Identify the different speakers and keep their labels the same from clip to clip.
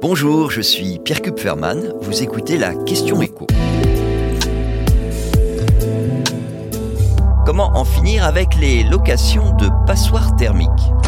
Speaker 1: Bonjour, je suis Pierre Kupferman, vous écoutez la Question Éco. Comment en finir avec les locations de passoires thermiques ?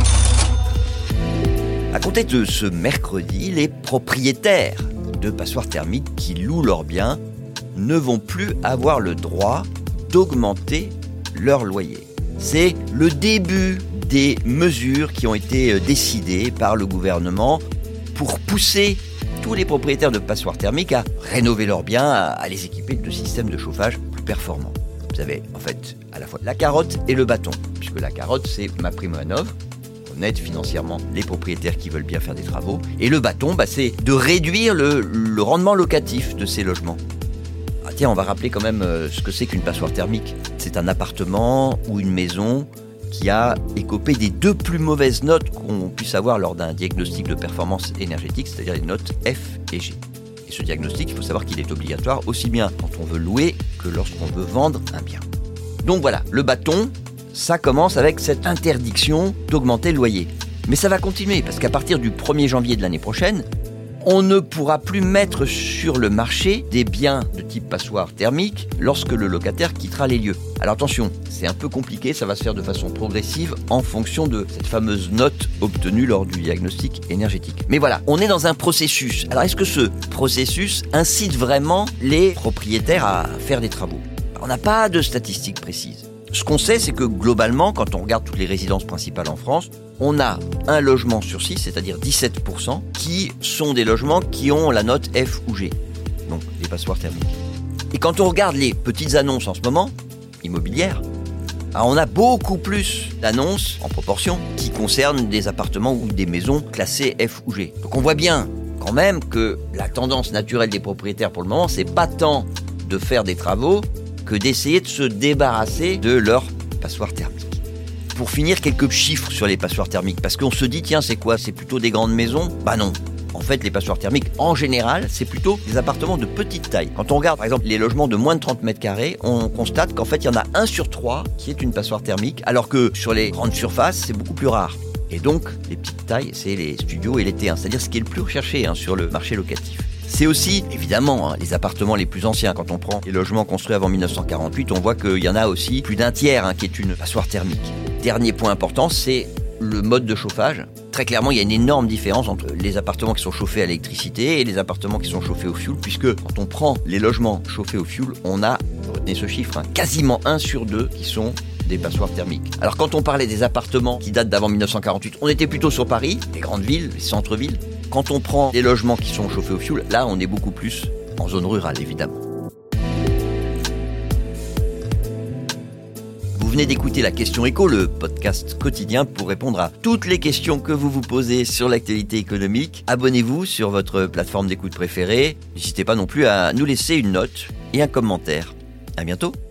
Speaker 1: À compter de ce mercredi, les propriétaires de passoires thermiques qui louent leurs biens ne vont plus avoir le droit d'augmenter leur loyer. C'est le début des mesures qui ont été décidées par le gouvernement pour pousser tous les propriétaires de passoires thermiques à rénover leurs biens, à les équiper de systèmes de chauffage plus performants. Vous avez en fait à la fois la carotte et le bâton, puisque la carotte c'est MaPrimeRénov', on aide financièrement les propriétaires qui veulent bien faire des travaux, et le bâton c'est de réduire le rendement locatif de ces logements. Tiens, on va rappeler quand même ce que c'est qu'une passoire thermique. C'est un appartement ou une maison qui a écopé des 2 plus mauvaises notes qu'on puisse avoir lors d'un diagnostic de performance énergétique, c'est-à-dire les notes F et G. Et ce diagnostic, il faut savoir qu'il est obligatoire aussi bien quand on veut louer que lorsqu'on veut vendre un bien. Donc voilà, le bâton, ça commence avec cette interdiction d'augmenter le loyer. Mais ça va continuer, parce qu'à partir du 1er janvier de l'année prochaine, on ne pourra plus mettre sur le marché des biens de type passoire thermique lorsque le locataire quittera les lieux. Alors attention, c'est un peu compliqué, ça va se faire de façon progressive en fonction de cette fameuse note obtenue lors du diagnostic énergétique. Mais voilà, on est dans un processus. Alors est-ce que ce processus incite vraiment les propriétaires à faire des travaux ? On n'a pas de statistiques précises. Ce qu'on sait, c'est que globalement, quand on regarde toutes les résidences principales en France, on a un logement sur 6, c'est-à-dire 17%, qui sont des logements qui ont la note F ou G, donc des passoires thermiques. Et quand on regarde les petites annonces en ce moment, immobilières, on a beaucoup plus d'annonces en proportion qui concernent des appartements ou des maisons classées F ou G. Donc on voit bien quand même que la tendance naturelle des propriétaires pour le moment, c'est pas tant de faire des travaux que d'essayer de se débarrasser de leurs passoires thermiques. Pour finir, quelques chiffres sur les passoires thermiques, parce qu'on se dit, tiens, c'est quoi ? C'est plutôt des grandes maisons ? Non. En fait, les passoires thermiques, en général, c'est plutôt des appartements de petite taille. Quand on regarde, par exemple, les logements de moins de 30 mètres carrés, on constate qu'en fait, il y en a 1 sur 3 qui est une passoire thermique, alors que sur les grandes surfaces, c'est beaucoup plus rare. Et donc, les petites tailles, c'est les studios et les T1, c'est-à-dire ce qui est le plus recherché sur le marché locatif. C'est aussi, évidemment, les appartements les plus anciens. Quand on prend les logements construits avant 1948, on voit qu'il y en a aussi plus d'un tiers qui est une passoire thermique. Dernier point important, c'est le mode de chauffage. Très clairement, il y a une énorme différence entre les appartements qui sont chauffés à l'électricité et les appartements qui sont chauffés au fioul, puisque quand on prend les logements chauffés au fioul, on a, retenez ce chiffre, quasiment 1 sur 2 qui sont des passoires thermiques. Alors quand on parlait des appartements qui datent d'avant 1948, on était plutôt sur Paris, les grandes villes, les centres-villes. Quand on prend des logements qui sont chauffés au fioul, là on est beaucoup plus en zone rurale évidemment. Vous venez d'écouter la Question Éco, le podcast quotidien pour répondre à toutes les questions que vous vous posez sur l'actualité économique. Abonnez-vous sur votre plateforme d'écoute préférée. N'hésitez pas non plus à nous laisser une note et un commentaire. À bientôt.